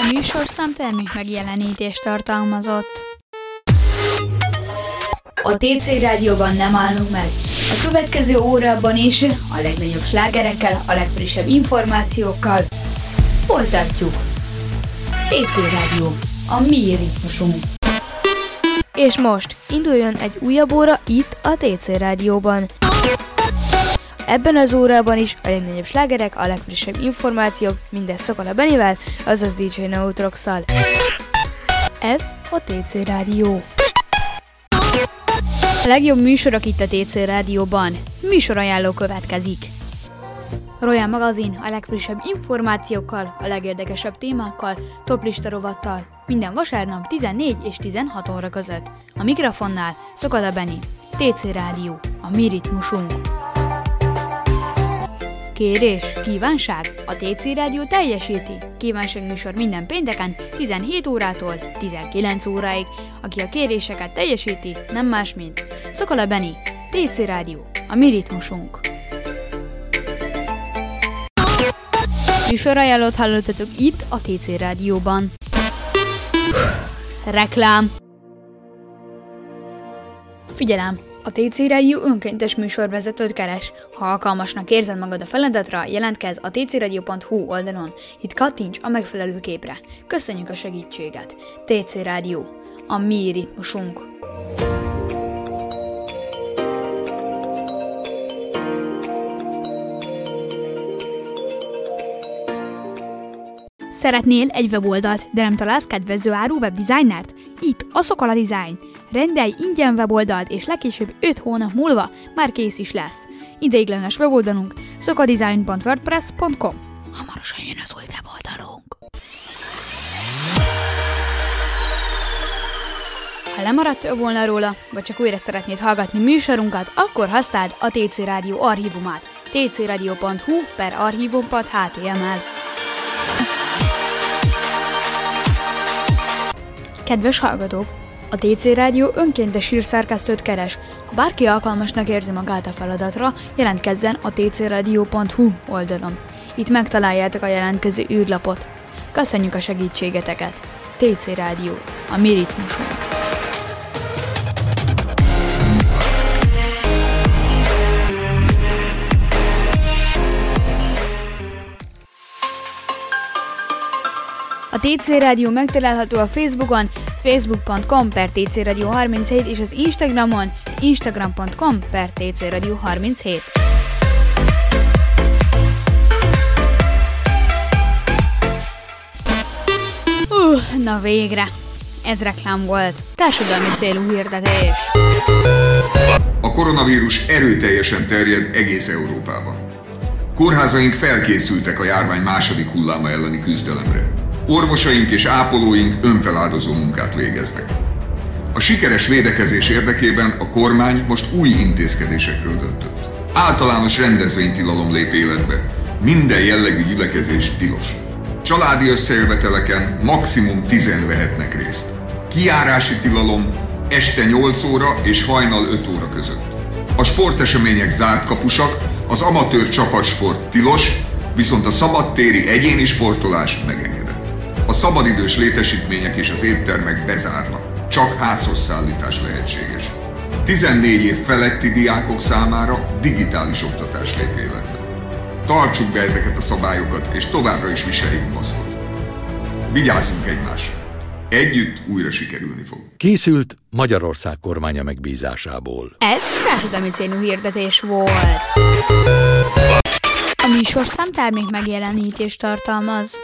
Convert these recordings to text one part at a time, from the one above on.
Műsorszám termék megjelenítést tartalmazott. A TC Rádióban nem állunk meg. A következő órában is a legnagyobb slágerekkel, a legfrissebb információkkal folytatjuk. TC Rádió, a mi ritmusunk. És most induljon egy újabb óra itt a TC Rádióban. Ebben az órában is a legnagyobb slágerek, a legfrissebb információk, mindez Szokola Benivel, azaz DJ Neutrox-szal. Ez a TC Rádió. A legjobb műsorok itt a TC Rádióban. Műsorajánló következik. Royal magazin a legfrissebb információkkal, a legérdekesebb témákkal, toplista rovattal. Minden vasárnap 14 és 16 óra között. A mikrofonnál Szokola Beni. TC Rádió, a mi ritmusunk. Kérés, kívánság? A TC Rádió teljesíti. Kívánságműsor minden pénteken 17 órától 19 óráig. Aki a kéréseket teljesíti, nem más, mint Szokola Beni, TC Rádió, a mi ritmusunk. Műsorajánlót hallottatok itt a TC Rádióban. Reklám. Figyelem! A TC Rádió önkéntes műsorvezetőt keres. Ha alkalmasnak érzed magad a feladatra, jelentkezz a tcradio.hu oldalon. Itt kattints a megfelelő képre. Köszönjük a segítséget! TC Rádió, a mi ritmusunk. Szeretnél egy weboldalt, de nem találsz kedvező áru webdesignert? Itt a Szokola Design. Rendelj ingyen weboldalt, és legkésőbb 5 hónap múlva már kész is lesz. Ideiglenes weboldalunk szokaladesign.wordpress.com. Hamarosan jön az új weboldalunk. Ha lemaradtál volna róla, vagy csak újra szeretnéd hallgatni műsorunkat, akkor használd a TC Rádió archívumát. tcradio.hu/archívum.html. Kedves hallgatók! A TC Rádió önkéntes hírszerkesztőt keres. Ha bárki alkalmasnak érzi magát a feladatra, jelentkezzen a tcradio.hu oldalon. Itt megtaláljátok a jelentkező űrlapot. Köszönjük a segítségeteket! TC Rádió, a mi ritmusunk. A TC Rádió megtalálható a Facebookon, facebook.com/tcradio37 és az Instagramon, instagram.com/tcradio37. Na végre! Ez reklám volt. Társadalmi célú hirdetés. A koronavírus erőteljesen terjed egész Európában. Kórházaink felkészültek a járvány második hulláma elleni küzdelemre. Orvosaink és ápolóink önfeláldozó munkát végeznek. A sikeres védekezés érdekében a kormány most új intézkedésekről döntött. Általános rendezvénytilalom lép életbe. Minden jellegű gyülekezés tilos. Családi összejöveteleken maximum 10-en vehetnek részt. Kijárási tilalom este 8 óra és hajnal 5 óra között. A sportesemények zárt kapusak, az amatőr csapatsport tilos, viszont a szabadtéri egyéni sportolás megengedett. A szabadidős létesítmények és az éttermek bezárnak, csak házhoz szállítás lehetséges. 14 év feletti diákok számára digitális oktatás lép életbe. Tartsuk be ezeket a szabályokat, és továbbra is viseljünk maszkot. Vigyázzunk egymásra! Együtt újra sikerülni fog. Készült Magyarország kormánya megbízásából. Ez társadalmi célú hirdetés volt. A műsorszám termék megjelenítést tartalmaz.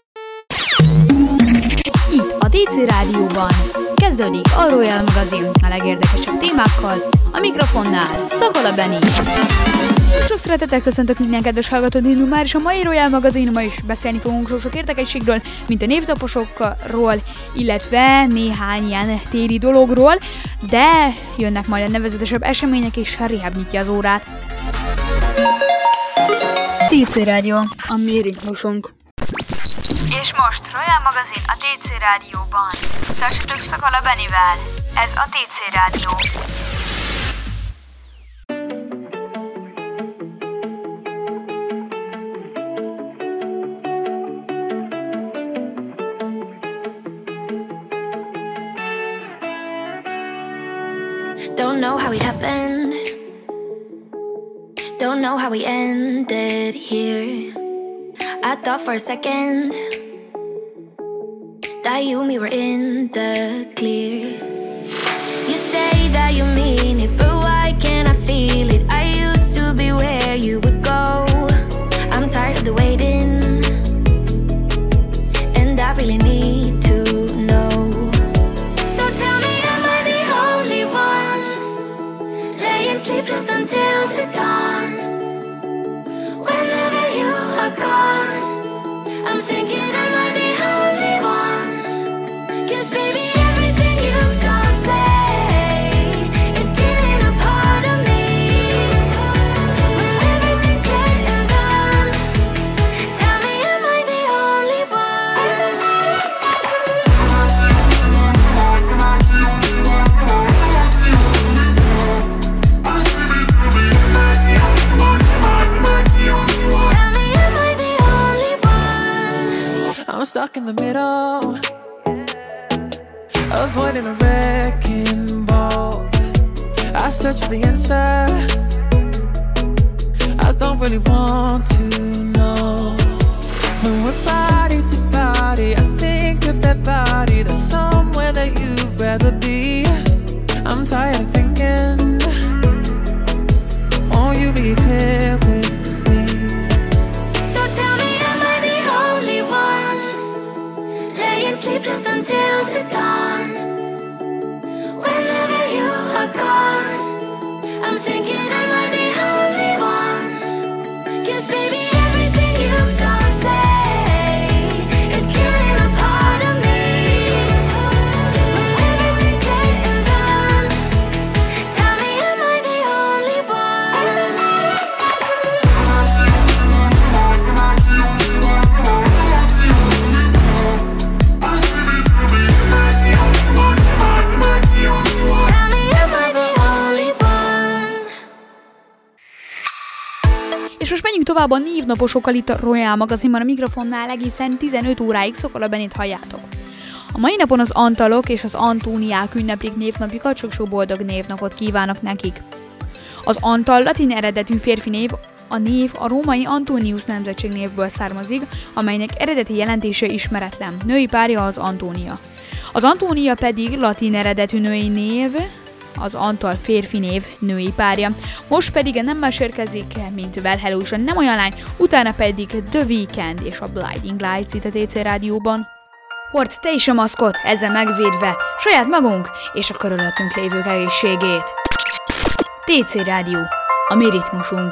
Itt a TC Rádióban kezdődik a Royal magazin a legérdekesebb témákkal, a mikrofonnál Szokola Beni. Sok szeretettel köszöntök minden kedves hallgatót, indul már is a mai Royal magazin, ma is beszélni fogunk sok érdekességről, mint a névtaposokról, illetve néhány ilyen téli dologról, de jönnek majd a nevezetesebb események, és Rihab nyitja az órát. TC Rádió, a mi ritmusunk. És most Royal magazin a TC Rádióban. Tartsatok Szokola Benivel. Ez a TC Rádió. Don't know how it happened. Don't know how we ended here. I thought for a second that you and me were in the clear. You say that you mean it, but why can't I feel it? I used to be where you would go. I'm tired of the waiting, and I really need to know. So tell me, am I the only one laying sleepless until the dawn? Whenever you are gone, I'm thinking, am I the only one? 'Cause baby, everything you gon' say is killing a part of me. When everything's said and done, tell me, am I the only one? Tell me, am I the only one? I'm stuck in the middle, avoiding a wrecking ball. I search for the answer, I don't really want to know. When we're body to body, I think of that body. There's somewhere that you'd rather be. I'm tired of thinking, won't you be clear with me? So tell me, am I the only one laying sleepless until the dawn? Whenever you are gone, I'm thinking, am I the only one? 'Cause baby, everything you gon' say is killing a part of me. When everything's said and done, tell me, am I the only one? Tell me, am I the only one? És most menjünk tovább a névnaposokkal itt a Royal Magazinban, a mikrofonnál egészen 15 óráig Szokola Benit halljátok. A mai napon az Antalok és az Antóniák ünneplik névnapjukat, sok-sok boldog névnapot kívánok nekik. Az Antal latin eredetű férfi név, a név a római Antonius nemzetségnévből származik, amelynek eredeti jelentése ismeretlen. Női párja az Antónia. Az Antónia pedig latin eredetű női név, az Antal férfi név női párja. Most pedig nem más érkezik, mint Well Hello és a Nem olyan lány, utána pedig The Weeknd és a Blinding Lights itt a TC Rádióban. Hord te is a maszkot, ezzel megvédve saját magunk és a körülöttünk lévők egészségét. TC Rádió, a mi ritmusunk.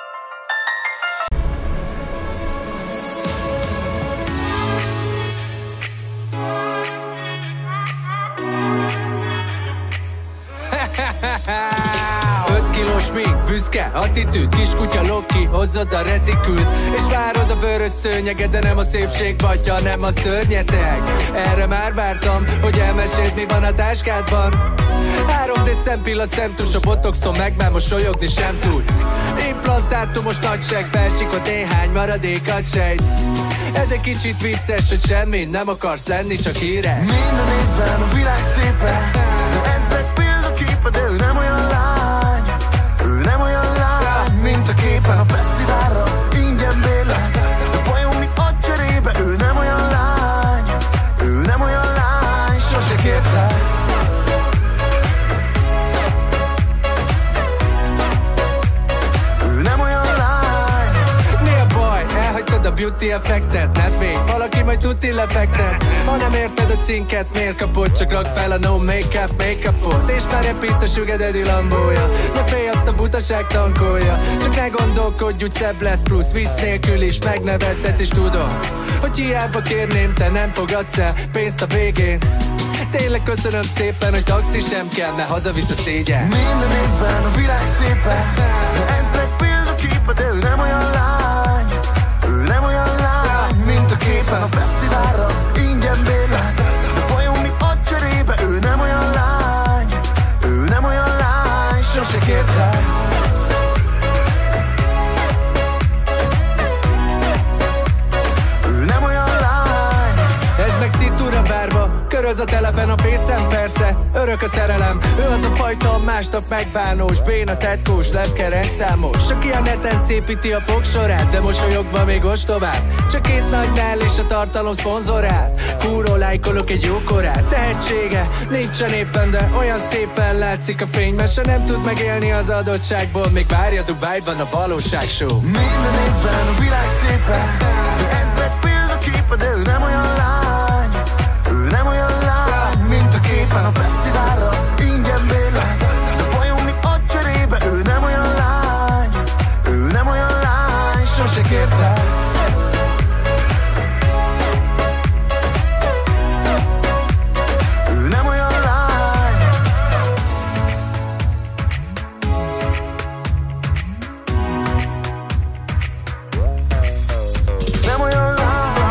Kilós még büszke, attitűd, kiskutya Loki, hozzad a retikült, és várod a vörös szőnyeget, de nem a szépség vagy, hanem a szörnyeteg. Erre már vártam, hogy elmeséld, mi van a táskádban. 3D szempilla, szemtus, a botoxtól meg már mosolyogni sem tudsz. Implantátumos nagyság, felsikott néhány maradék agysejt. Ez egy kicsit vicces, hogy semmi nem akarsz lenni, csak híres. Minden évben a világ szépen, de ezrek példaképe, de ő nem olyan lány. Ő nem olyan lány, mint a képen a fesztiválra ingyen bérlet. De vajon mit ad cserébe? Ő nem olyan lány. Ő nem olyan lány, sose kérte. Ő nem olyan lány. Mi a baj? Elhagytad a beauty effektet? Ne félj, valaki majd tuti lefektet. Ha nem érted a cinket, miért kapod? Csak rakd fel a no make-upot. És már repít a sugededi lambója. Ne félj, azt a butaság tankolja. Csak ne gondolkodj, úgy szebb lesz, plusz vicc nélkül is megnevettetsz. És tudom, hogy hiába kérném, te nem fogadsz el pénzt a végén. Tényleg köszönöm szépen, hogy taxi sem kell, ne hazavisz a szégyen. Minden évben a világ szépen, de ezrek példaképe, de ő nem olyan lány. Ő nem olyan lány, mint a képen a fesztiválra ingyen bérlet. De vajon mit ad cserébe? Ő nem olyan lány. Ő nem olyan lány, sose kérte. meg szitúra bárba, köröz a telepen a fészem persze, örök a szerelem. Ő az a fajta másnap megbánós, béna tetkós, lepke rendszámos, aki a neten szépíti a fogsorát, de mosolyogva még ostobát. Csak két nagy mell és a tartalom szponzorát, kúró lájkolok egy jókorát. Tehetsége nincsen éppen, de olyan szépen látszik a fényben, se nem tud megélni az adottságból, még várja Dubájban a valóság show. Minden évben a világ szépen, de ezrek példaképe, de ő nem olyan lány. Ő nem olyan lány, mint a képen a fesztiválra ingyen bérlet. De vajon mit ad cserébe? Ő nem olyan lány. Ő nem olyan lány, sose kérte. Ő nem olyan lány. Nem olyan lány.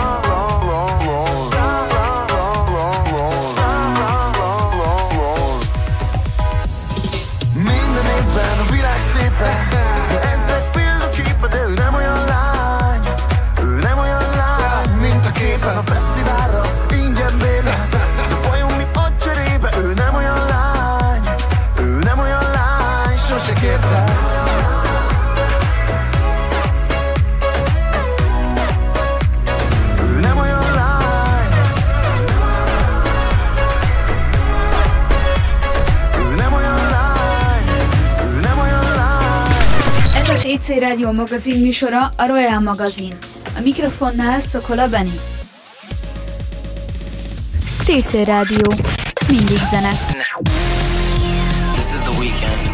Minden évben a világ szépen, de ezrek példaképe, de ő nem olyan lány. Ő nem olyan lány, mint a képen a fesztiválra ingyen bérlet. De vajon mit ad cserébe? Ő nem olyan lány. Ő nem olyan lány, sose kérte. Ő nem olyan lány. Ő nem olyan lány. Ő nem olyan lány. Ez a TC Rádió magazin műsora, a Royal Magazin. A mikrofonnál Szokola Benni. TC Rádió. Mindig zene. This is the weekend.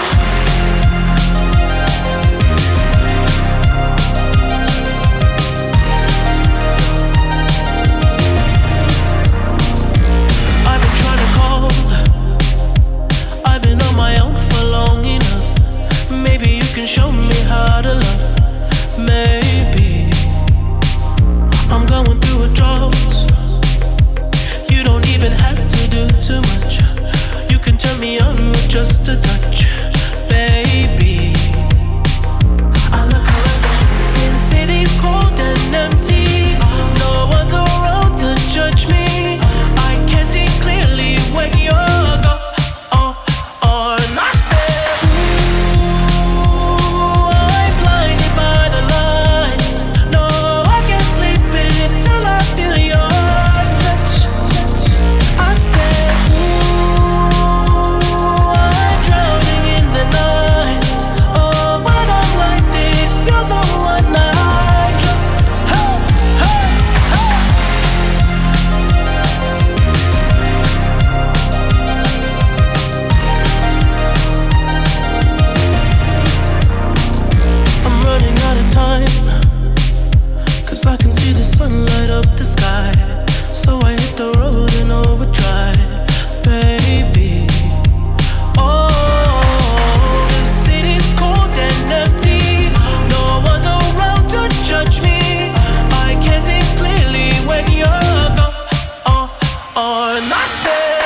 I've been trying to call. I've been on my own for long enough. Maybe you can show me how to love. Maybe I'm going through a drought. You don't even have to do too much. You can turn me on with just a touch, baby. I look around, since city's cold and empty. No one's around to judge me. I can see clearly when you're gone. I said, ooh, I'm blinded by the lights. No, I can't sleep until I feel your touch. I said, ooh, I'm drowning in the night. Oh, when I'm like this, you're the one I just, hey, hey, hey. I'm running out of time, 'cause I can see the sun light up the sky. So I hit the road in overdrive, baby. Oh, the city's cold and empty. No one's around to judge me. I can see clearly when you're gone. And I said,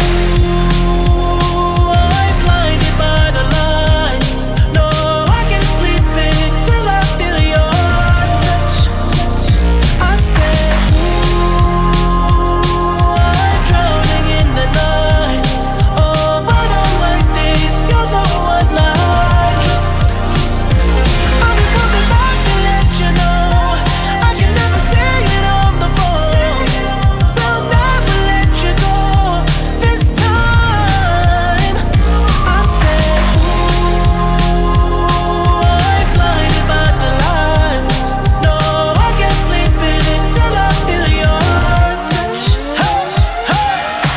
ooh, I'm blinded by the lights. No, I can't sleep until I feel your touch. I said, ooh, I'm drowning in the night. Oh, when I'm like this, you're the one I just, I'm just coming back to let you know. I can never say it on the phone. They'll never let you go this time. I said, ooh, I'm blinded by the lights. No, I can't sleep until I feel your touch. Hey, hey,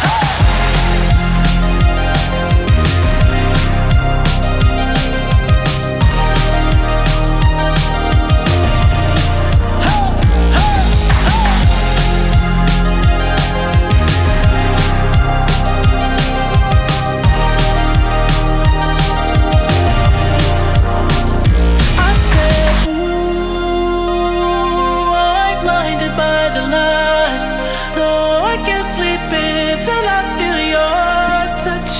I said, ooh, I'm blinded by the lights. No, I can't sleep until I feel your touch.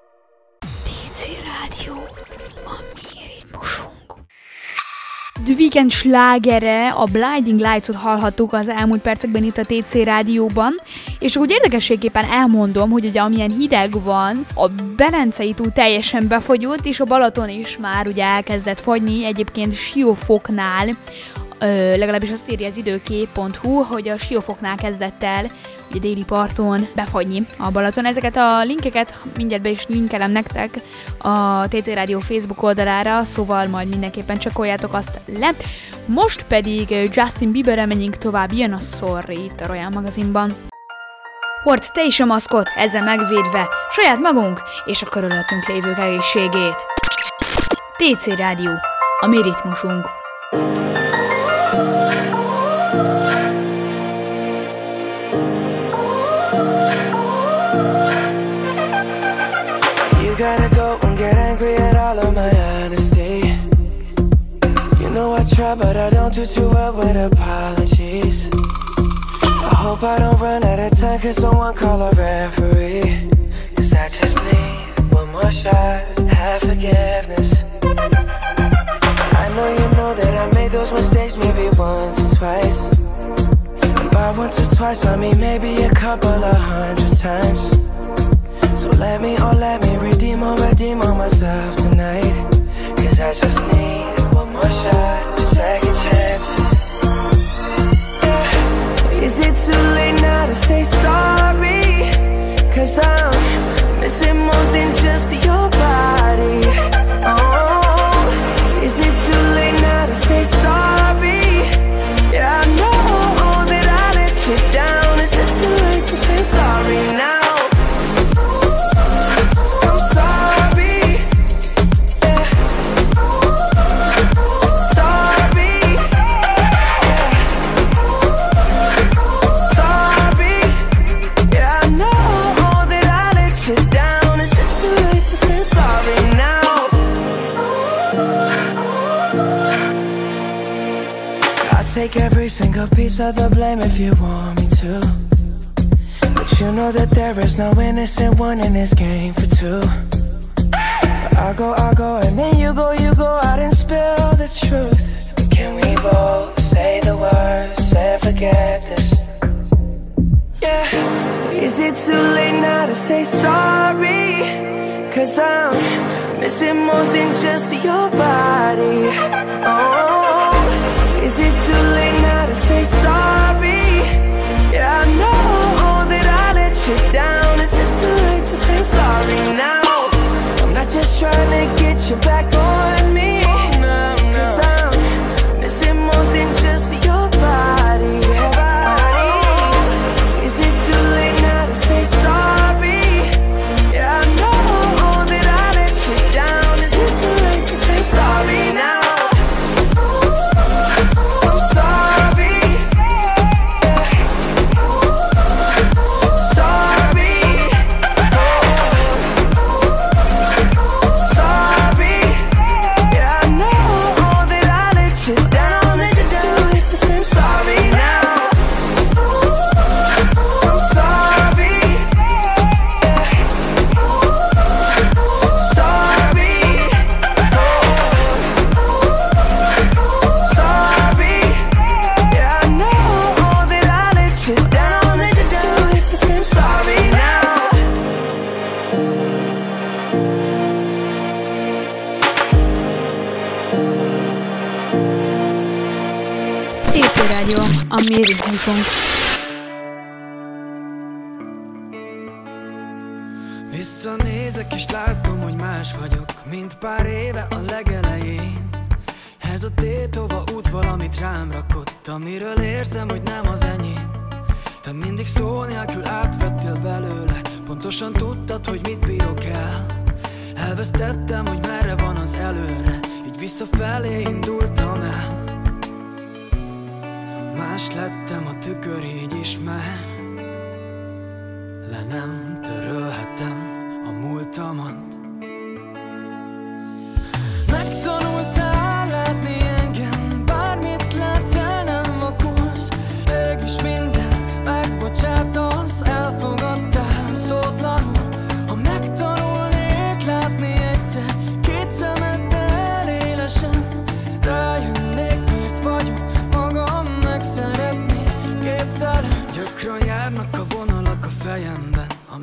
TC Rádió. A mi ritmusunk. Dvi weekend slágere, a Blinding Lights-ot hallhattuk az elmúlt percekben itt a TC Rádióban, és úgy érdekességképpen elmondom, hogy ugye amilyen hideg van, a Belencei tó teljesen befagyott, és a Balaton is már ugye elkezdett fagyni, egyébként Siófoknál, legalábbis azt írja az időkép.hu, hogy a Siófoknál kezdett el ugye déli parton befagyni a Balaton. Ezeket a linkeket mindjárt be is linkelem nektek a TC Rádió Facebook oldalára, szóval majd mindenképpen csekkoljátok azt le. Most pedig Justin Bieberre menjünk tovább, jön a Sorry itt a Royal Magazinban. Hord te is a maszkot, ezzel megvédve saját magunk és a körülöttünk lévők egészségét. TC Rádió, a mi ritmusunk. You gotta go and get angry at all of my honesty. You know I try but I don't do too well with apologies. I hope I don't run out of time, cause someone call a referee. Cause I just need one more shot, have forgiveness. I know you know that I made those mistakes maybe once or twice. And by once or twice I mean maybe a couple of 100 times. So let me redeem on myself tonight. Cause I just need one more shot, second chances. Yeah. Is it too late now to say sorry? Cause I'm missing more than just your body. Oh, is it too late now to say sorry? Yeah, I know that I let you down. Is it too late to say sorry now? Take every single piece of the blame if you want me to. But you know that there is no innocent one in this game for two. But I go, and then you go out and spill the truth. But can we both say the words and forget this? Yeah. Is it too late now to say sorry? Cause I'm missing more than just your body. Oh, is it too late now to say sorry? Yeah, I know that I let you down. Is it too late to say sorry now? I'm not just trying to get you back on me. Cause I'm missing more than just your body. Oh, is it too late now to say sorry? Yeah, I know that I let you down. Is it too late to say sorry now? A mi ritmusunk. Visszanézek és látom, hogy más vagyok, mint pár éve a legelején. Ez a tétova út valamit rám rakott, amiről érzem, hogy nem az enyém. Te mindig szó nélkül átvettél belőle, pontosan tudtad, hogy mit bírok el. Elvesztettem, hogy merre van az előre, így visszafelé indultam el. Más lettem, a tükör így ismer. Le nem törölhetem a múltamat. Megtanultál látni engem, bármit látsz el nem vakulsz. Mégis mindent megbocsátasz, elfogadtál szótlanul. Ha megtanulnék látni egyszer két szemeddel élesen, rájönnék, miért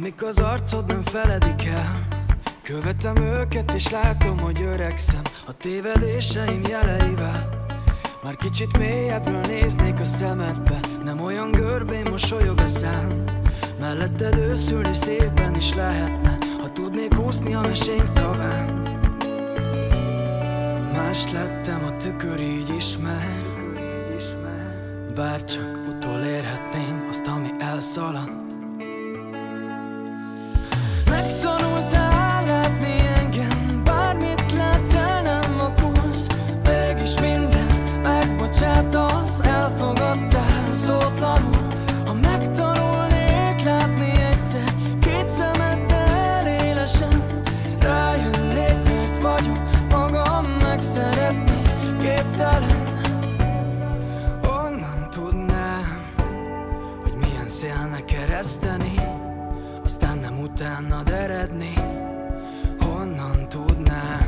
amik az arcod nem feledik el. Követem őket és látom, hogy öregszem a tévedéseim jeleivel. Már kicsit mélyebbről néznék a szemedbe, nem olyan görbén mosolyog a szám. Melletted őszülni szépen is lehetne, ha tudnék úszni a mesénk taván. Mást lettem, a tükör így ismer, bárcsak utolérhetném azt, ami elszaladt. Megtanultál látni engem, bármit látsz el nem okulsz, mégis mindent megbocsátasz, elfogadtál szótlanul. Ha megtanulnék látni egyszer, két szemeddel élesen, rájönnék, miért vagyok magam megszeretni képtelen. Onnan tudnám, hogy milyen szélnek ereszteni, aztán nem utánad eredni. Honnan tudnám,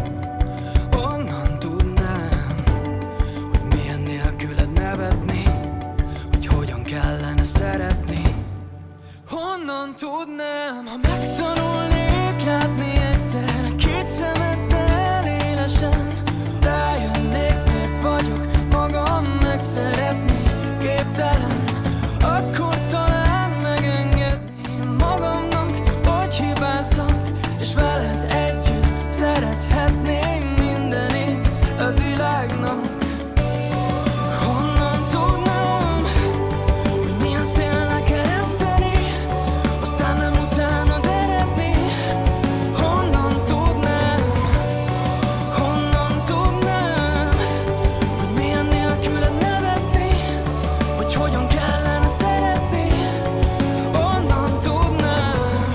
hogy milyen nélküled nevetni, hogy hogyan kellene szeretni. Honnan tudnám, ha megtanulnék látni egyszer, két szemeddel élesen, rájönnék, miért vagyok magam megszeretni képtelen. Akkor talán megengedném magamnak, hogy hibázzak, és veled együtt szerethetném mindenét a világnak. Honnan tudnám, hogy milyen szélnek ereszteni, aztán nem utánad eredni. Honnan tudnám, hogy milyen nélküled nevetni, hogy hogyan kellene szeretni. Honnan tudnám.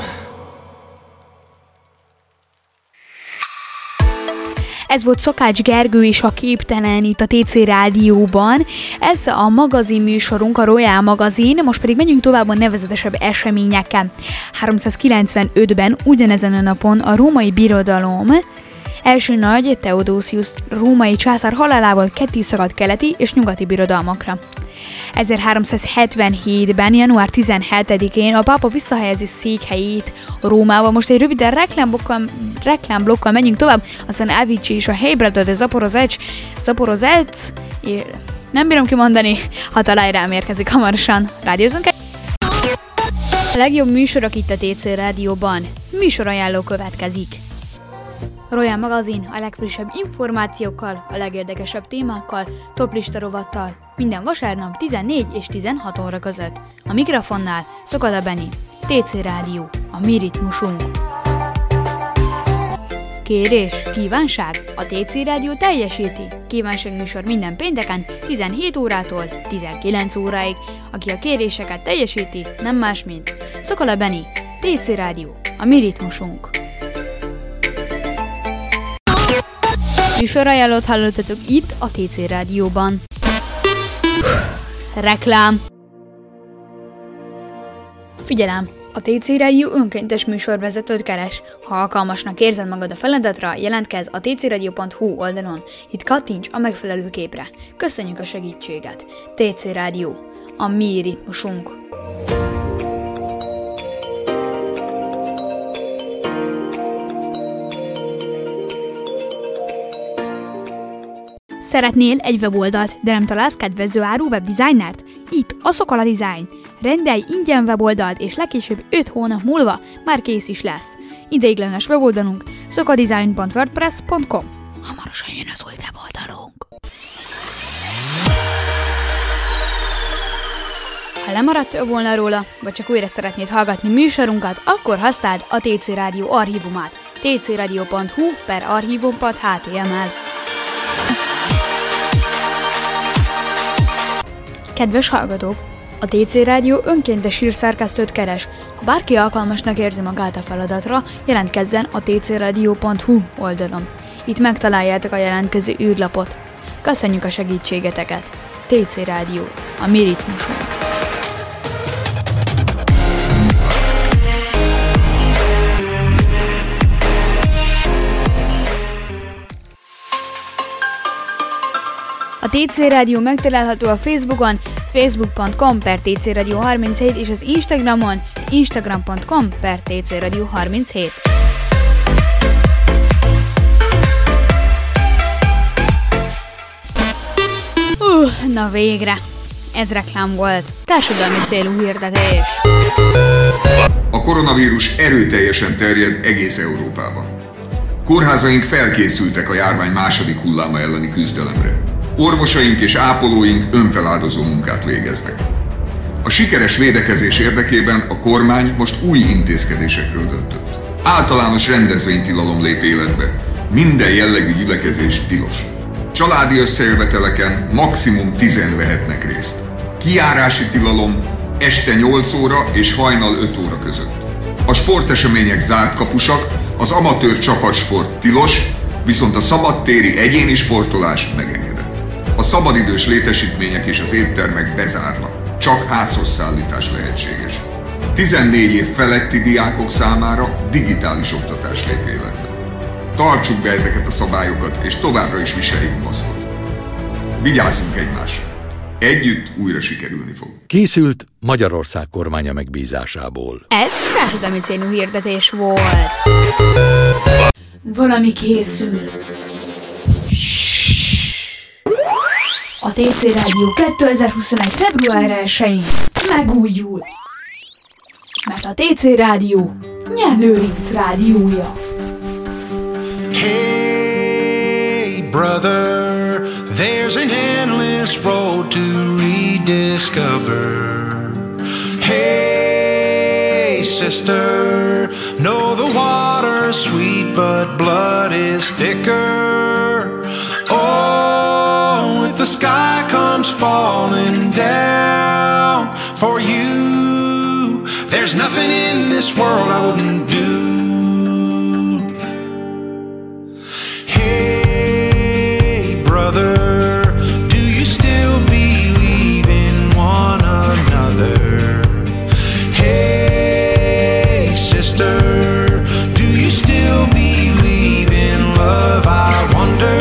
Ez volt Szakács Gergő és a Képtelen itt a TC Rádióban. Ez a magazin műsorunk, a Royal magazin, most pedig menjünk tovább a nevezetesebb eseményekkel. 395-ben ugyanezen a napon a római birodalom első nagy Theodosius római császár halálával ketté szakadt keleti és nyugati birodalmakra. 1377-ben, január 17-én a pápa visszahelyezi székhelyét Rómába. Most egy rövid reklámblokkal menjünk tovább, aztán Avicii és a Hey Brother, de Zaporozec, nem bírom kimondani, ha találj rám érkezik hamarosan. Rádiózunk el. A legjobb műsorok itt a TC Rádióban. Műsorajánló következik. Royal magazin a legfrissebb információkkal, a legérdekesebb témákkal, toplista rovattal, minden vasárnap 14 és 16 óra között. A mikrofonnál Szokoda Benni, TC Rádió, a mi ritmusunk. Kérés, kívánság? A TC Rádió teljesíti. Kívánságműsor minden pénteken 17 órától 19 óráig. Aki a kéréseket teljesíti, nem más, mint Szokoda Benni, TC Rádió, a mi ritmusunk. Műsorajánlót hallottatok itt a TC Rádióban. Reklám. Figyelem! A TC Rádió önkéntes műsorvezetőt keres. Ha alkalmasnak érzed magad a feladatra, jelentkezz a tcradio.hu oldalon. Itt kattints a megfelelő képre. Köszönjük a segítséget! TC Rádió, a mi ritmusunk. Szeretnél egy weboldalt, de nem találsz kedvező áru webdesignert? Itt a Szokola Design. Rendelj ingyen weboldalt, és legkésőbb 5 hónap múlva már kész is lesz. Ideiglenes weboldalunk sokodesign.wordpress.com. Hamarosan jön az új weboldalunk. Ha lemaradtál volna róla, vagy csak újra szeretnéd hallgatni műsorunkat, akkor használd a TC Rádió archívumát. tcradio.hu/archívum.html. Kedves hallgatók! A TC Rádió önkéntes hírszerkesztőt keres. Ha bárki alkalmasnak érzi magát a feladatra, jelentkezzen a tcradio.hu oldalon. Itt megtaláljátok a jelentkező űrlapot. Köszönjük a segítségeteket! TC Rádió, a mi ritmusunk. A TC Rádió megtalálható a Facebookon, facebook.com/tcradio37 és az Instagramon instagram.com/tcradio37. Na végre! Ez reklám volt. Társadalmi célú hirdetés. A koronavírus erőteljesen terjed egész Európában. Kórházaink felkészültek a járvány második hulláma elleni küzdelemre. Orvosaink és ápolóink önfeláldozó munkát végeznek. A sikeres védekezés érdekében a kormány most új intézkedésekről döntött. Általános rendezvénytilalom lép életbe. Minden jellegű gyülekezés tilos. Családi összejöveteleken maximum 10-en vehetnek részt. Kijárási tilalom este 8 óra és hajnal 5 óra között. A sportesemények zárt kapusak, az amatőr csapatsport tilos, viszont a szabadtéri egyéni sportolás megengedett. A szabadidős létesítmények és az éttermek bezárnak, csak házhoz szállítás lehetséges. 14 év feletti diákok számára digitális oktatás lép életbe. Tartsuk be ezeket a szabályokat, és továbbra is viseljünk maszkot. Vigyázzunk egymásra! Együtt újra sikerülni fog. Készült Magyarország kormánya megbízásából. Ez társadalmi célú hirdetés volt. Valami készül. A TC Rádió 2021. február 1-én megújul. Mert a TC Rádió Nyerlőrinc rádiója. Hey, brother, there's an endless road to rediscover. Hey, sister, know the water's sweet, but blood is thicker. Oh, if the sky comes falling down for you, there's nothing in this world I wouldn't do. Brother, do you still believe in one another? Hey, sister, do you still believe in love? I wonder.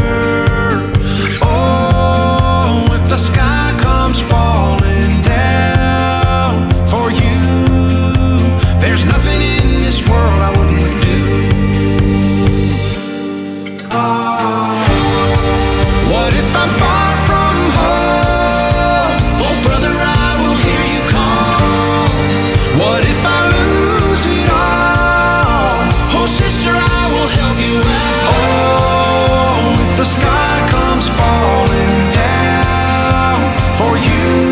Oh, if the sky comes falling down for you, there's nothing in this world I wouldn't do. What if I'm far from home? Oh, brother, I will hear you call. What if I lose it all? Oh, sister, I will help you out. Oh, if the sky comes falling down for you,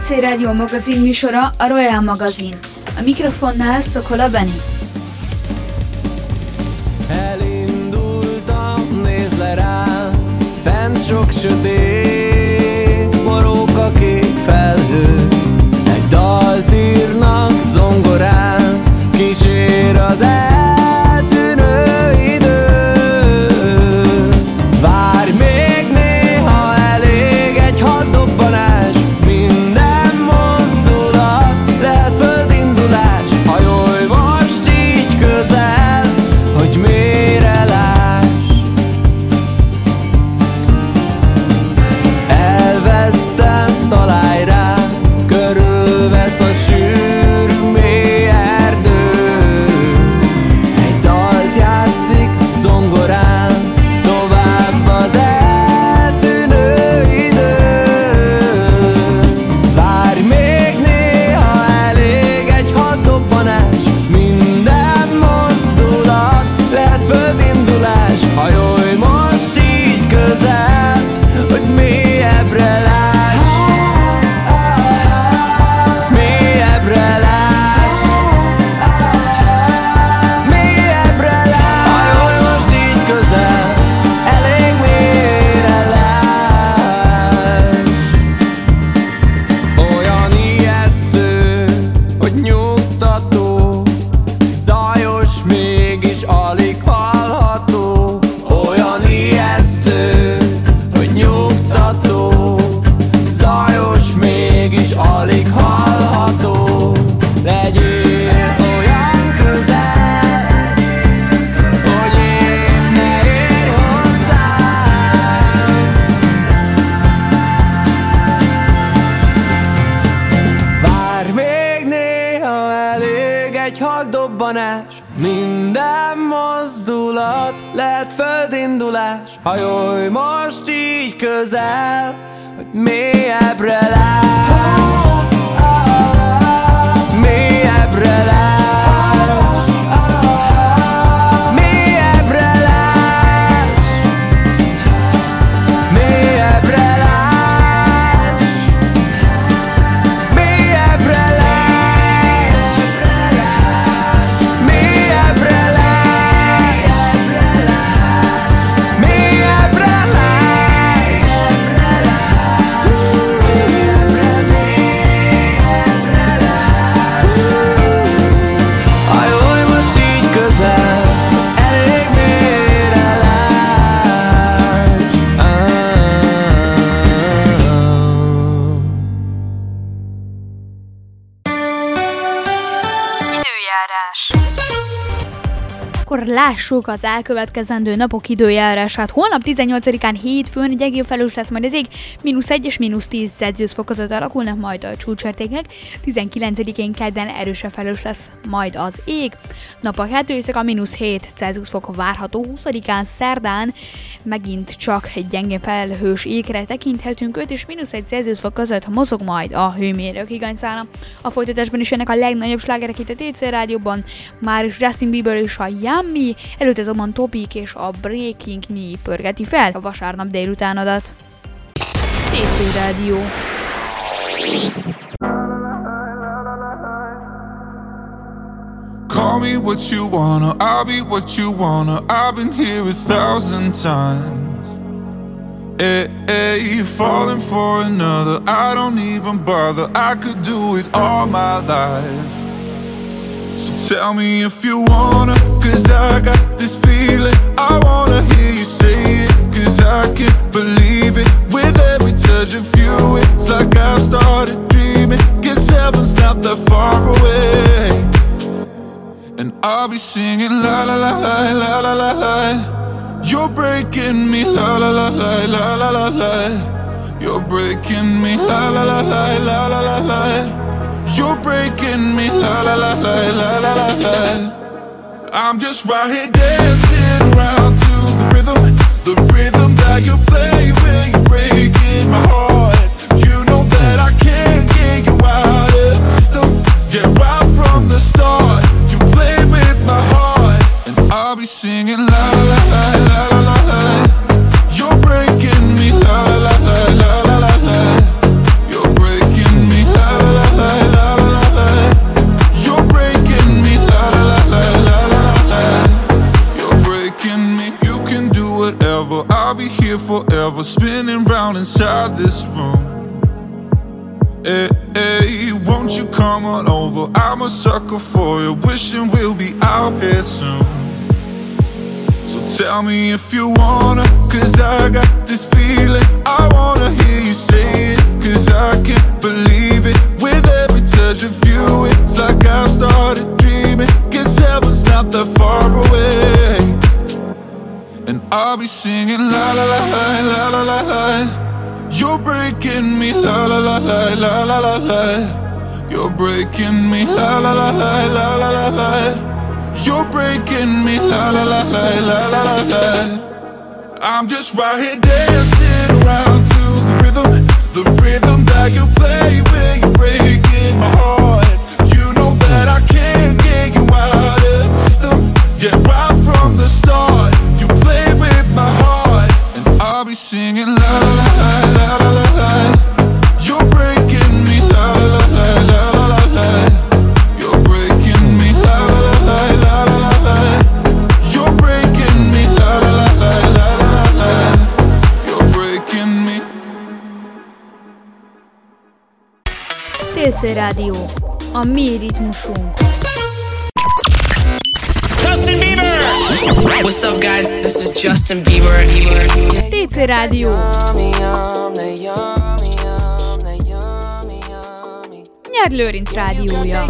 PC Rádió magazin műsora, a Royal Magazin. A mikrofonnál Szokola Benni. Elindultam, nézz le rám, fent sok sötét, boróka kék felhő. Egy dalt írnak zongorán, kísér az eltűnő idő. Várj még néha, elég egy haddobbanás, minden mozdulat lehet földindulás. Hajolj most így közel, hogy mélyre láss. Elvesztem, találj rá, körülvesz a sűrű mély erdő. Egy dalt játszik zongorán, tovább az eltűnő idő. Várj még néha, elég egy haddobbanás, minden mozdulat lehet földindulás. Hajolj most így közel, hogy mélyebbre láss. Mélyebbre láss. Mélyebbre láss. Hajolj most így közel, elég mélyre láss. Olyan ijesztő, hogy nyugtató, zajos, mégis alig hallható. Olyan ijesztő, hogy nyugtató, zajos, mégis alig hallható. Legyél olyan közel, hogy én ne érj hozzám. Várj még néha, elég egy hagdobbanás, minden mozdulat lehet földindulás. Hajolj most így közel, hogy mélyebbre láss. Mélyebbre láss. Mélyebbre láss. Mélyebbre láss. Mélyebbre láss. Mélyebbre láss. Mélyebbre hajolj most így közel, elég mélyre láss. Időjárás. Akkor lássuk az elkövetkezendő napok időjárását. Holnap 18-án hétfőn egy egész felhős lesz majd az ég, -1 és -10 Celsius fok között alakulnak majd a csúcsértékek. 19-én kedden erősebb felhős lesz majd az ég. Napok éjszaka -7 Celsius fok várható. 20-án szerdán megint csak egy gyenge felhős égre tekinthetünk, 5 és -1 Celsius fok között mozog majd a hőmérők igazsána. A folytatásban is ennek a legnagyobb slágerek itt a TC Rádióban, már is Justin Bieber és a Yummy, előtte azonban Topic és a Breaking Me pörgeti fel a vasárnap délutánodat. TC Rádió. Call me what you wanna, I'll be what you wanna. I've been here 1,000 times. Hey, falling for another, I don't even bother. I could do it all my life. So tell me if you wanna, 'cause I got this feeling. I wanna hear you say it, 'cause I can't believe it. With every touch of you, it's like I've started dreaming. Guess heaven's not that far away. And I'll be singing la la la la la la la la. You're breaking me la la la la la la la la. You're breaking me la la la la la la la la. You're breaking me la la la la la la la la. I'm just right here dancing around to the rhythm that you play when you're breaking my heart. You know that I can't get you out of the system. Yeah, right from the start, you played with my heart, and I'll be singing la la la la la la la. You're breaking me la la la la la la la. You're breaking me la come on over. I'm a sucker for you, wishing we'll be out here soon. So tell me if you wanna, cause I got this feeling. I wanna hear you say it, cause I can't believe it. With every touch of you, it's like I've started dreaming. Guess heaven's not that far away. And I'll be singing la la la la la la la la. You're breaking me la la la la la la la la. You're breaking me la la la la la la la la. You're breaking me la la la la la la la la. I'm just right here dancing around to the rhythm that you play when you're breaking my heart. You know that I can't get you out of the system. Yeah, right from the start, you play with my heart, and I'll be singing la la la la la la la. You're breaking me la la la la la la la. You're breaking me la la la la la la la. You're breaking me la la la la la la la. You're breaking me. TC Rádió, a mi ritmusunk. Justin Bieber! What's up, guys? This is Justin Bieber. TC Rádió. Nyár Lőrinc rádiója.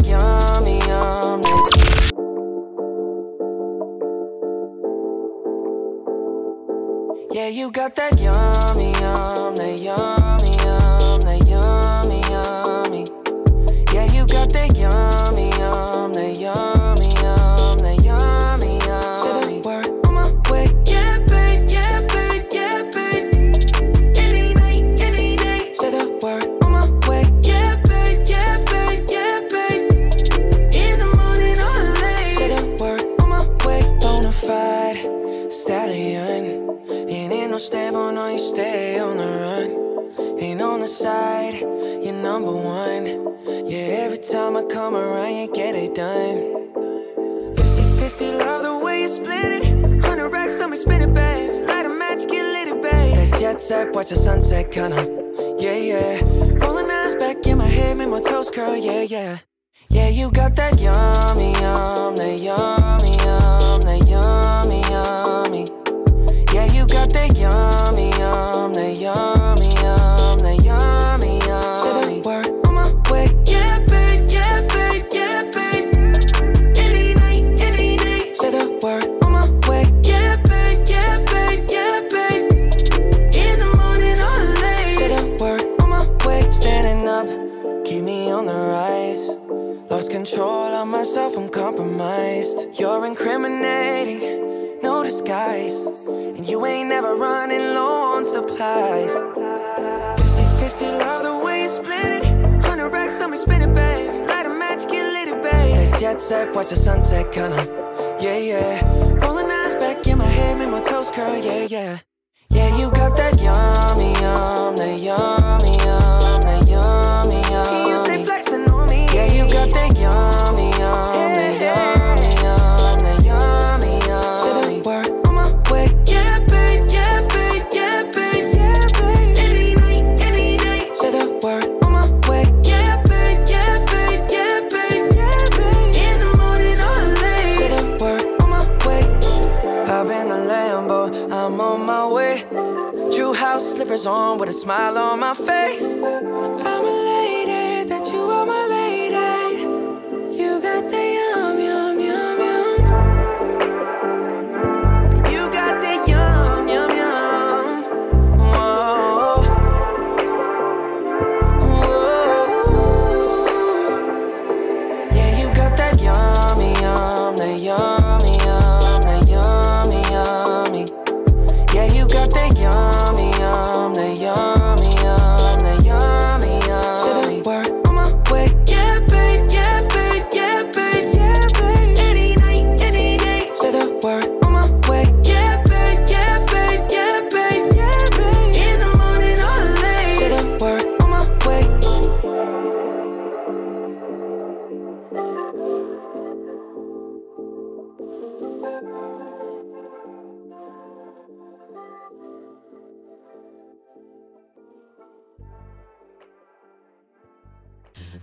Yeah, you got that yummy, that yummy, that yummy, yummy. Yeah, you got that yummy, that yummy, that yummy, yummy. Say the word on my way, yeah, babe, yeah, babe, yeah, babe. Any night, any day. Say the word on my way, yeah, babe, yeah, babe, yeah, babe. In the morning or late. Say the word on my way, bonafide stallion. Ain't no stable, no, you stay on the run. Ain't on the side, you're number one. Yeah, every time I come around, you get it done. 50-50, love the way you split it. 100 racks on me, spin it, babe. Light a match, get lit, it, babe. That jet set, watch the sunset, kinda. Yeah, yeah. Rolling eyes back in my head, make my toes curl, yeah, yeah. Yeah, you got that yummy, that yummy, that yummy, yummy. Yeah, you got that yummy, that yummy, that yummy, yummy. Say the word on my way, yeah, babe, yeah, babe, yeah, babe. Any night, any day. Say the word on my way, yeah, babe, yeah, babe, yeah, babe. In the morning or late. Say the word on my way, standing up, keep me on the rise. Lost control of myself, I'm compromised. You're incriminating. No disguise, and you ain't never running low on supplies. 50-50, love the way you split it. 100 racks on me, spin it, babe. Light a match, get lit, it, babe. That jet set, watch the sunset, kinda. Yeah, yeah. Rolling eyes back in my head, make my toes curl, yeah, yeah. Yeah, you got that yummy, that yummy, that yummy, yummy. You stay flexing on me. Yeah, you got that yummy, that yummy. I'm on my way. True house slippers on with a smile on my face. I'm elated that you are my lady. You got the yum, yum, yum, yum. You got the yum, yum, yum. Whoa. Whoa. Yeah, you got that yummy, that yummy, that yummy, yummy. Yeah, you got that yummy, that yummy, that yummy,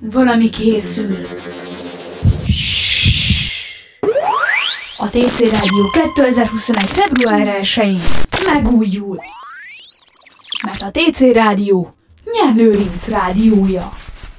Valami készül. A TC Rádió 2021. február 1-én megújul. Mert a TC Rádió Nyerlőrinc rádiója.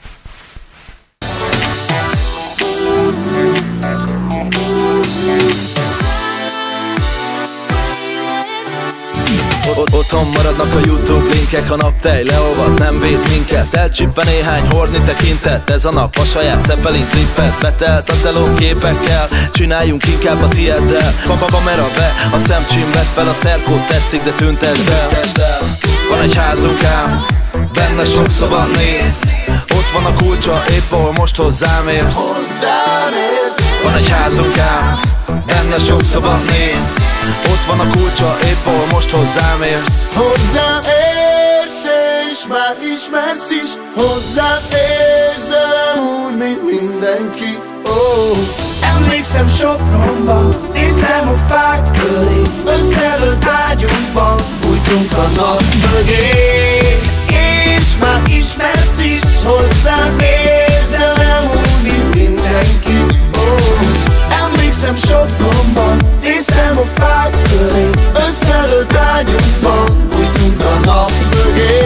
Otthon maradnak a YouTube linkek, a naptej leolvad, nem véd minket. Elcsípve néhány hordni tekintet, ez a nap a saját Zeppelin klippet. Betelt a teló képekkel, csináljunk inkább a tieddel. Kamera be, a szemcsim vett fel, a szerkót tetszik, de tüntesd el. Van egy házunk ám, benne sok szoba néz. Ott van a kulcsa, épp ahol most hozzám érsz. Van egy házunk ám, benne sok szoba néz. Ott van a kulcsa, épp ahol most hozzám érsz. Hozzám érsz és már ismersz is. Hozzám érsz, de nem úgy, mint mindenki. Oh. Emlékszem Sopronba, nézem a fák fölé. Összedőlt ágyunkban, bújtunk a nap mögé. És már ismersz is. Hozzám érsz, de nem úgy, mint mindenki. Oh. Emlékszem Sopronban, néztem a fák fölé. Összedőlt ágyunkban, bújtunk a nap mögé.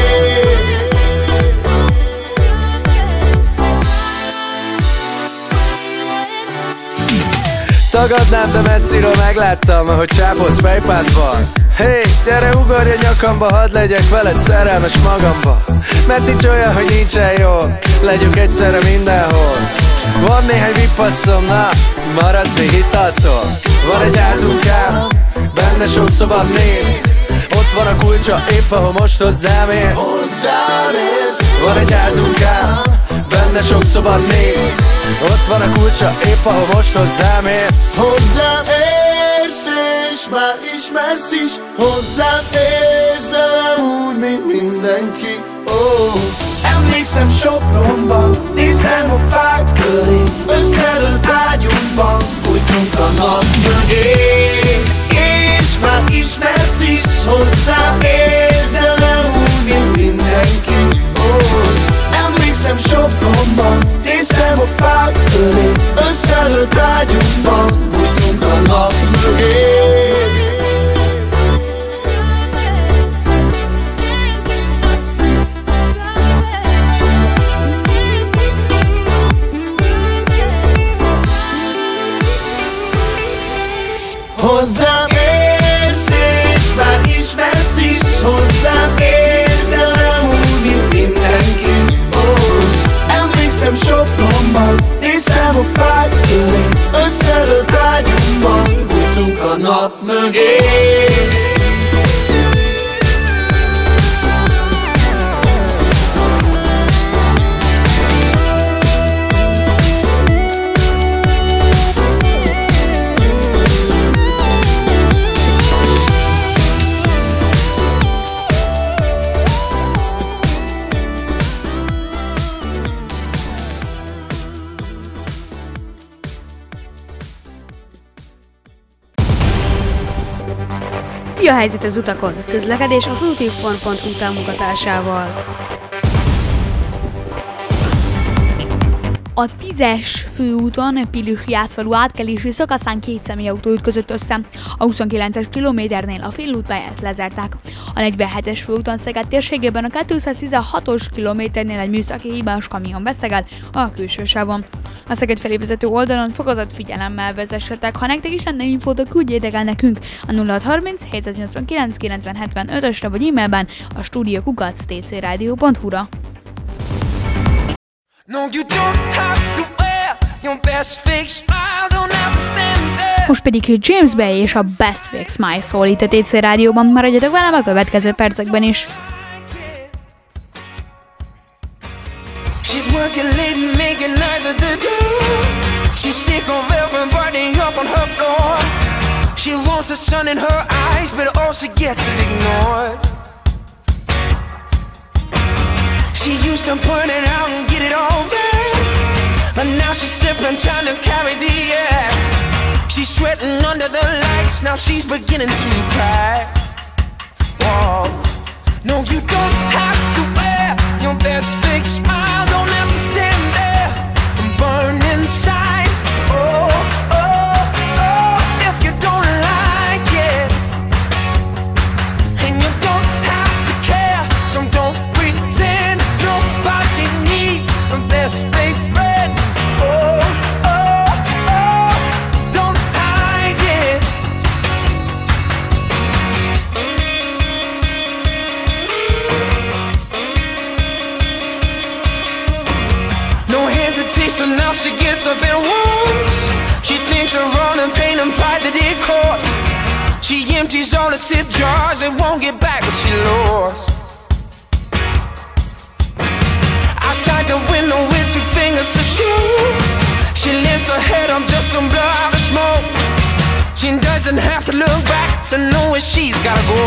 Tagadnám, de messziről megláttam, ahogy csápolsz fejpádban. Hey, gyere ugorj a nyakamba, hadd legyek veled szerelmes magamba. Mert nincs olyan, hogy nincsen jól, legyünk egyszerre mindenhol. Van néhány vipasszom, na, maradsz még itt alszol. Van egy házunk ám, benne sok szoba néz. Ott van a kulcsa, épp ahol most hozzám érsz. Van egy házunk ám, benne sok szoba néz. Ott van a kulcsa, épp ahol most hozzám érsz. Hozzám érsz és már ismersz is. Hozzám érsz, de nem úgy, mint mindenki. Oh. Emlékszem Sopronban, nézem a fák fölé. Összedőlt ágyunkban, bújtunk a nap mögé. És már ismersz is. Hozzám érsz, de nem úgy, mint mindenki. Oh. Emlékszem Sopronban, néztem a fák fölé. Összedőlt ágyunkban, bújtunk a nap mögé. Hozzám érsz és már ismersz is. Hozzám érsz, de nem úgy, mint mindenki. Oh. Emlékszem Sopronban, néztem a fák fölé. Összedőlt ágyunkban, bújtunk a nap mögé. Mi a helyzet az utakon? Közlekedés az útinform.hu támogatásával. A 10-es főúton Pilis-Jászfalu átkelési szakaszán két személyautó ütközött össze. A 29-es kilométernél a félútpályát lezárták. A 47-es főúton Szeged térségében a 216-os kilométernél egy műszaki hibás kamion vesztegel a külső sávon. A Szeged felé vezető oldalon fokozott figyelemmel vezessetek. Ha nektek is lenne infótok, küldjétek el nekünk a 0630 789 9075-ösre vagy e-mailben a studio@tcradio.hu-ra. No, you don't have to wear your best fake smile, don't have to stand there. Most pedig James Bay és a Best Fake Smile szól itt a TC Rádióban. Maradjatok velem a következő percekben is. She's working late and making nights at the door. She's sick of everybody up on her floor. She wants the sun in her eyes, but all she gets is ignored. She used to point it out and get it all back, but now she's slipping, trying to carry the act. She's sweating under the lights, now she's beginning to crack. Whoa. No, you don't have to wear your best fake smile, don't have to stand there. So now she gets up and walks. She thinks of running, pain and pride that it caught. She empties all the tip jars and won't get back what she lost. Outside the window with 2 fingers to shoot. She lifts her head up just to blow out the smoke. She doesn't have to look back to know where she's gotta go.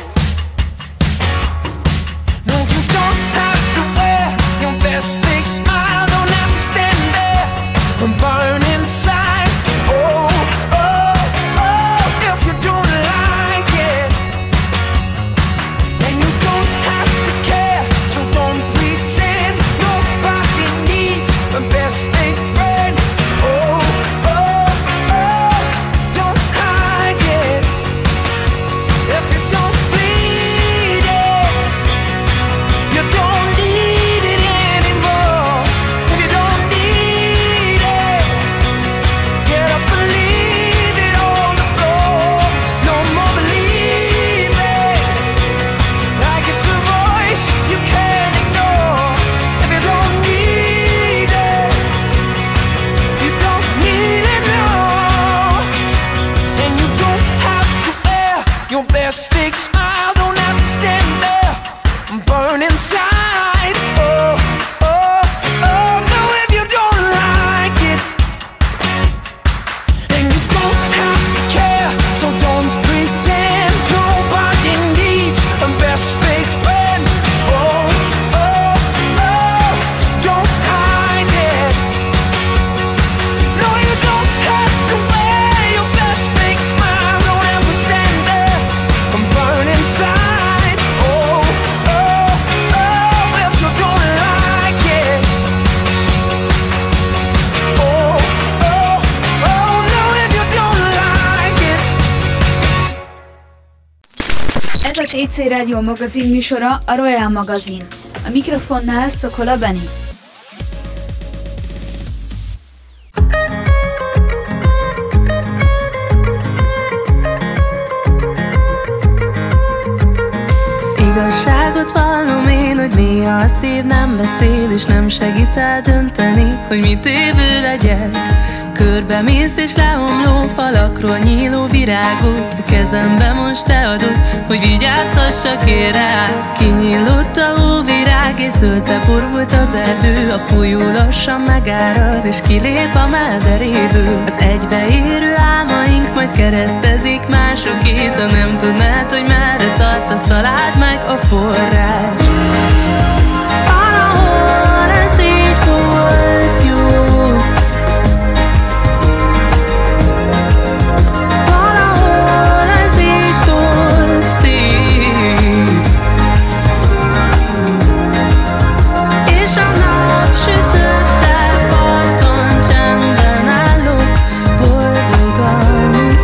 No, you don't have to wear your best fake smile. Don't have to stand there and burn inside. Oh, oh, oh, if you don't like it. And you don't have to care, so don't pretend. Nobody needs a best fake friend. Oh, oh, oh, don't hide it. If you don't bleed it, you don't need it anymore. If you don't need it, get up and leave it on the floor. No more believing, like it's a voice you can't ignore. If you don't need it, you don't need it, no. And you don't have to wear your best fake smile. Don't have to stand there and burn inside. Oh, oh, oh, no, if you don't like it. And you don't have to care, so don't pretend. Nobody needs a best fake friend. Oh, oh, oh, don't hide it. No, you don't have to wear your best fake smile. Don't ever stand there and burn inside. Oh, oh, oh, if you don't like it. Oh, oh, oh, no, if you don't like it. Ez a TC Rádió magazin műsora, a Royal Magazin. A mikrofonnál Szokola Benni. Az igazságot vallom én, hogy néha a szív nem beszél, és nem segít eldönteni, hogy mit évő legyek. Körbe mész és leomló falakról nyíló virágot a kezembe most te adod, hogy vigyázhassak én rá. Kinyílott a hóvirág és zöldbe borult az erdő, a folyó lassan megárad és kilép a melderéből. Az egybeérő álmaink majd keresztezik másokét, ha nem tudnád, hogy merre tartasz, találd meg a forrás. Valahol ez így volt jó. Valahol ez így volt szép. És a nap sütötte parton, csendben állok boldogan.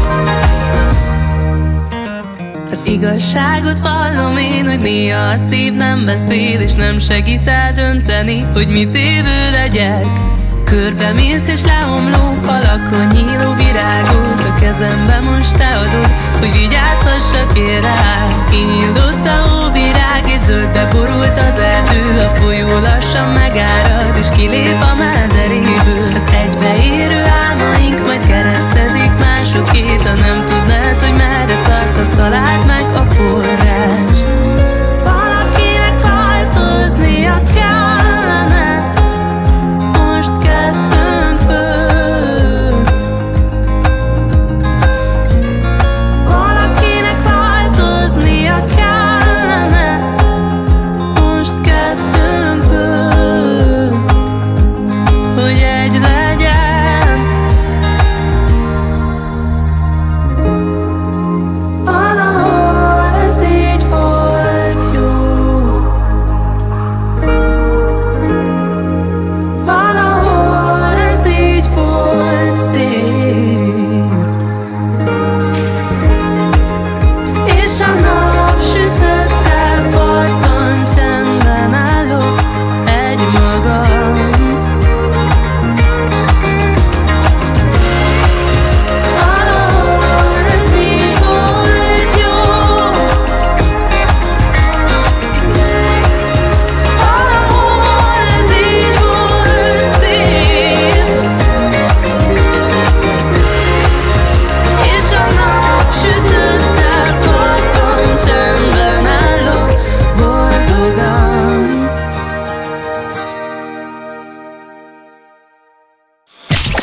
Az igazságot vallom én, hogy néha a szív nem beszél, és nem segít eldönteni, hogy mit évő legyek. Körbe mész és leomló falakról nyíló virágot a kezembe most te adod, hogy vigyázhassak én rá. Kinyílott a hóvirág és zöldbe borult az erdő, a folyó lassan megárad és kilép a melderéből. Az egybeérő álmaink majd keresztezik másokét, ha nem tudnád, hogy merre tartasz, találd meg a forrás. Valakinek változnia kellene most kettőnkből. Valakinek változnia kellene most kettőnkből.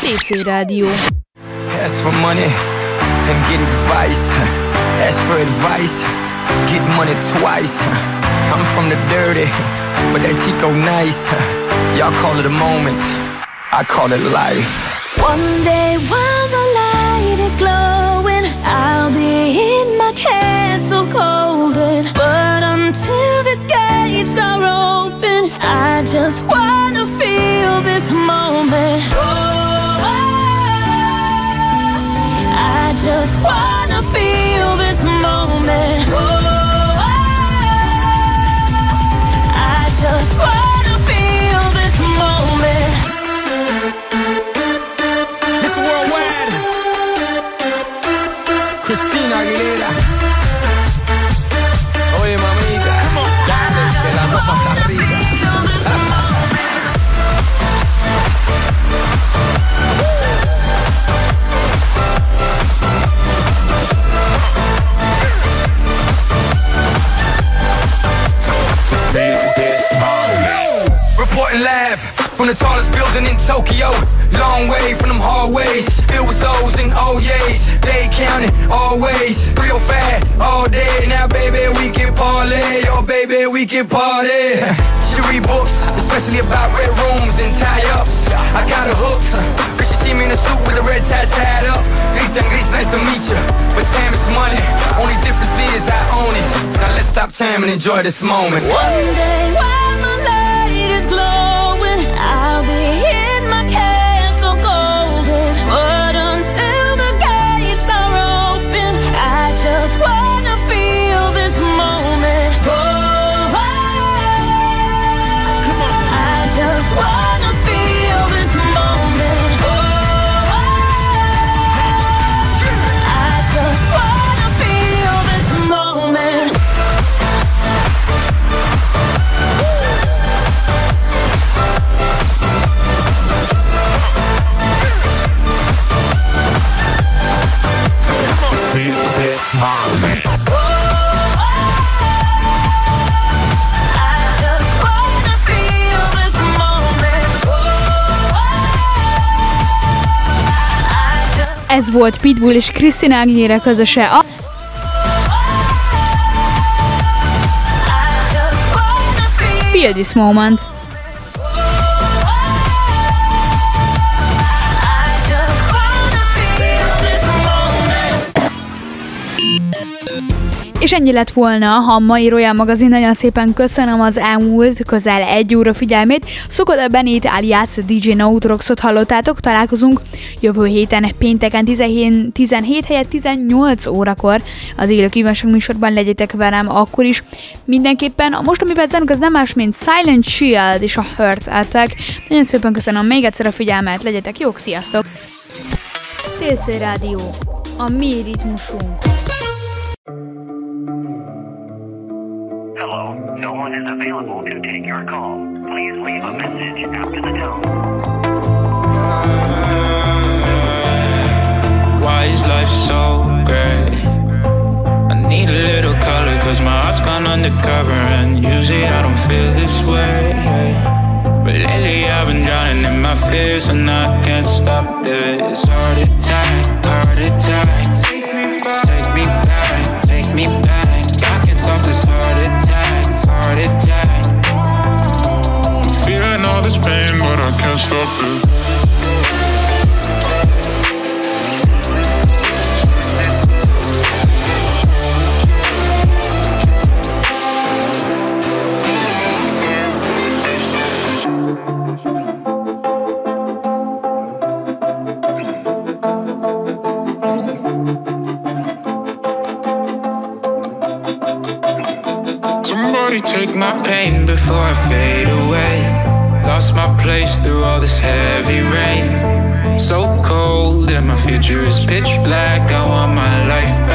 PC Rádió. Ask for money and get advice. Ask for advice, get money twice. I'm from the dirty, but that Chico nice. Y'all call it a moment, I call it life. One day while the light is glowing, I'll be in my castle golden. But until the gates are open, I just wanna feel this moment. Oh, I just wanna feel this moment. Oh, I just wanna feel this moment. This worldwide, Christina Aguilera. Oye mamita, dale, que la cosa está rica. Reporting live from the tallest building in Tokyo. Long way from them hallways, filled with O's and O's. They counting always, real fat all day. Now baby we can parlay, oh baby we can party. She read books, especially about red rooms and tie-ups. I got her hooked, cause she see me in a suit with a red tie tied up. Rita and Grease, nice to meet you, but time is money. Only difference is I own it. Now let's stop time and enjoy this moment. One day while my light is glowing, I'll be in my castle golden. But until the gates are open, I just wanna feel this moment. Oh, I just wanna feel this moment. Oh, I just wanna feel this moment. Ez volt Pitbull és Christina Aguilera közöse a Feel This Moment. És ennyi lett volna a mai Royal magazin. Nagyon szépen köszönöm az elmúlt közel 1 óra figyelmét. Szokoda Benét alias DJ Nautroxot hallottátok. Találkozunk jövő héten pénteken 17 helyett 18 órakor az élő kívánság műsorban. Legyetek velem akkor is. Mindenképpen a most, amivel zenünk, az nem más, mint Silent Shield és a Heart Attack. Nagyon szépen köszönöm még egyszer a figyelmet. Legyetek jók, sziasztok! TC Rádió, a mi ritmusunk. Hello, no one is available to take your call. Please leave a message after the tone. Why is life so gray? I need a little color cause my heart's gone undercover. And usually I don't feel this way, but lately I've been drowning in my fears and I can't stop this. Heart attack, heart attack. Take me back, take me back, take me back. I can't stop this heart attack, heart attack. I'm feeling all this pain but I can't stop it. Take my pain before I fade away. Lost my place through all this heavy rain. So cold and my future is pitch black. I want my life